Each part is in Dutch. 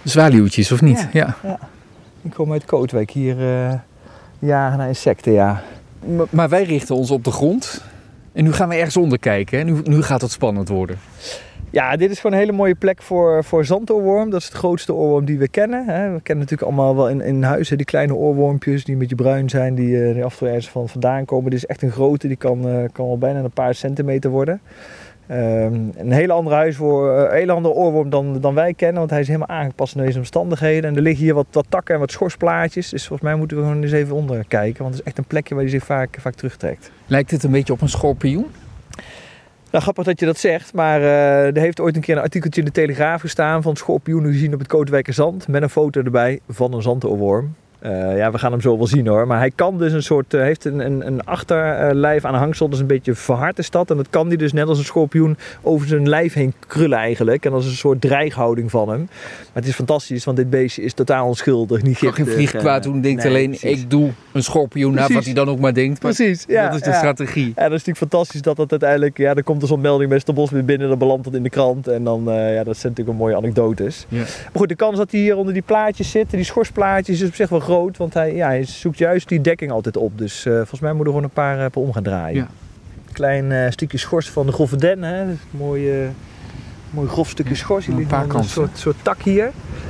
Zwaluwtjes, of niet? Ja. Die komen uit Kootwijk hier jagen naar insecten, ja. Maar wij richten ons op de grond. En nu gaan we ergens onder kijken. Hè? Nu gaat het spannend worden. Ja, dit is gewoon een hele mooie plek voor zandoorworm. Dat is het grootste oorworm die we kennen. We kennen natuurlijk allemaal wel in huis die kleine oorwormpjes die een beetje bruin zijn. Die af en toe ergens vandaan komen. Dit is echt een grote. Die kan wel bijna een paar centimeter worden. Een hele andere oorworm dan wij kennen. Want hij is helemaal aangepast aan deze omstandigheden. En er liggen hier wat takken en wat schorsplaatjes. Dus volgens mij moeten we gewoon eens even onder kijken. Want het is echt een plekje waar hij zich vaak terugtrekt. Lijkt het een beetje op een schorpioen? Nou, grappig dat je dat zegt, maar er heeft ooit een keer een artikeltje in de Telegraaf gestaan van schorpioenen gezien op het Kootwijkerzand met een foto erbij van een zandoorworm. We gaan hem zo wel zien hoor, maar hij kan dus heeft een achterlijf aanhangsel, dus een beetje verhard is dat. En dat kan hij dus net als een schorpioen over zijn lijf heen krullen eigenlijk. En dat is een soort dreighouding van hem. Maar het is fantastisch, want dit beestje is totaal onschuldig, niet giftig. Geen vlieg kwaad doen, denkt alleen precies. Ik doe een schorpioen naar wat hij dan ook maar denkt. Maar precies, ja. Dat is de strategie. Ja, dat is natuurlijk fantastisch dat uiteindelijk, er komt er zo'n melding bij Bos weer binnen, dat belandt dat in de krant. En dan, dat zijn natuurlijk een mooie anekdotes. Ja. Maar goed, de kans dat hij hier onder die plaatjes zit, die schorsplaatjes, is op zich wel groot. Want hij zoekt juist die dekking altijd op. Dus volgens mij moeten we gewoon een paar om gaan draaien. Ja. Klein stukje schors van de grove den. Hè? Een mooi grof stukje schors. Hier ligt een soort tak hier.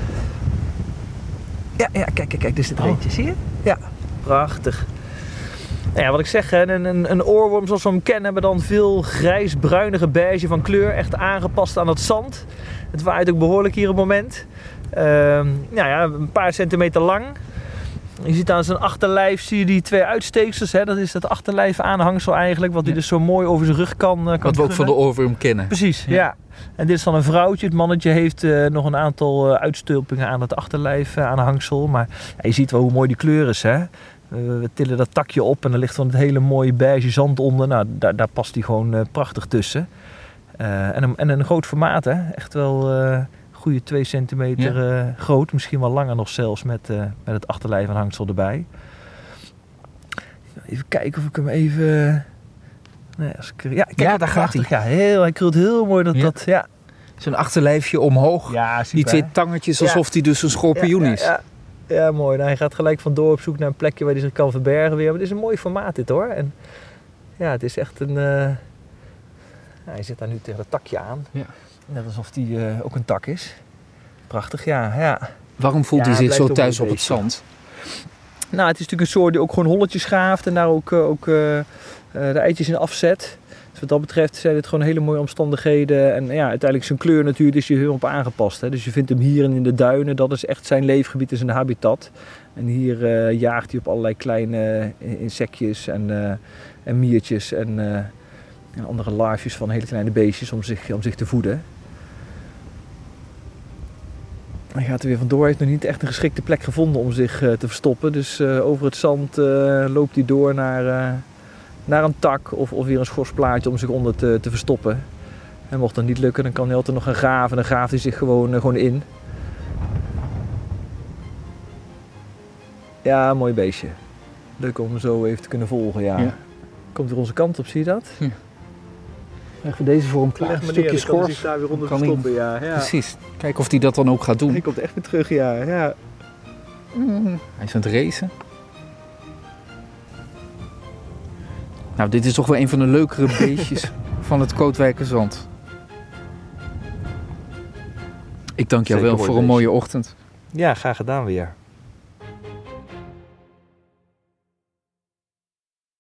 Ja, kijk, dit is het eentje. Zie je? Ja, prachtig. Nou ja, wat ik zeg, een oorworm zoals we hem kennen, maar dan veel grijs-bruinige beige van kleur. Echt aangepast aan het zand. Het waait ook behoorlijk hier op het moment. Een paar centimeter lang. Je ziet aan zijn achterlijf zie je die twee uitsteeksels. Hè? Dat is dat achterlijf aanhangsel eigenlijk. Wat hij dus zo mooi over zijn rug kan wat we ook van de oorworm kennen. Precies, ja. En dit is dan een vrouwtje. Het mannetje heeft nog een aantal uitstulpingen aan het achterlijf aanhangsel. Maar je ziet wel hoe mooi die kleur is. Hè? We tillen dat takje op en er ligt dan het hele mooie beige zand onder. Nou, daar past hij gewoon prachtig tussen. En een groot formaat, hè. Echt wel... goede 2 centimeter groot, misschien wel langer nog zelfs met het achterlijf aanhangsel erbij. Even kijken of ik hem even... daar gaat hij. Ja, hij krult heel mooi ja. Zo'n achterlijfje omhoog. Ja, super, die 2 tangetjes alsof hij dus een schorpioen is. Ja, mooi. Nou, hij gaat gelijk vandoor op zoek naar een plekje waar hij zich kan verbergen weer. Maar dit is een mooi formaat dit hoor. En ja, het is echt een... hij zit daar nu tegen dat takje aan. Ja. Net alsof die ook een tak is. Prachtig, ja. Waarom voelt hij zich zo thuis op het zand? Nou, het is natuurlijk een soort die ook gewoon holletjes schaaft en daar ook de eitjes in afzet. Dus wat dat betreft zijn dit gewoon hele mooie omstandigheden. En uiteindelijk zijn kleur natuurlijk is hier heel op aangepast. Hè. Dus je vindt hem hier in de duinen, dat is echt zijn leefgebied en zijn habitat. En hier jaagt hij op allerlei kleine insectjes en miertjes en andere larfjes van hele kleine beestjes om zich te voeden. Hij gaat er weer vandoor. Hij heeft nog niet echt een geschikte plek gevonden om zich te verstoppen. Dus over het zand loopt hij door naar een tak of weer een schorsplaatje om zich onder te verstoppen. En mocht dat niet lukken, dan kan hij altijd nog gaan graven. En dan graaft hij zich gewoon in. Ja, mooi beestje. Leuk om hem zo even te kunnen volgen, ja. Komt weer onze kant op, zie je dat? Ja. Leggen we deze voor hem klaar, een stukje schors. Kan hij daar weer onder verstoppen, ja. Precies. Kijken of hij dat dan ook gaat doen. Hij komt echt weer terug, ja. Hij is aan het racen. Nou, dit is toch wel een van de leukere beestjes van het Kootwijkerzand. Ik dank jou wel voor een mooie ochtend. Ja, graag gedaan weer.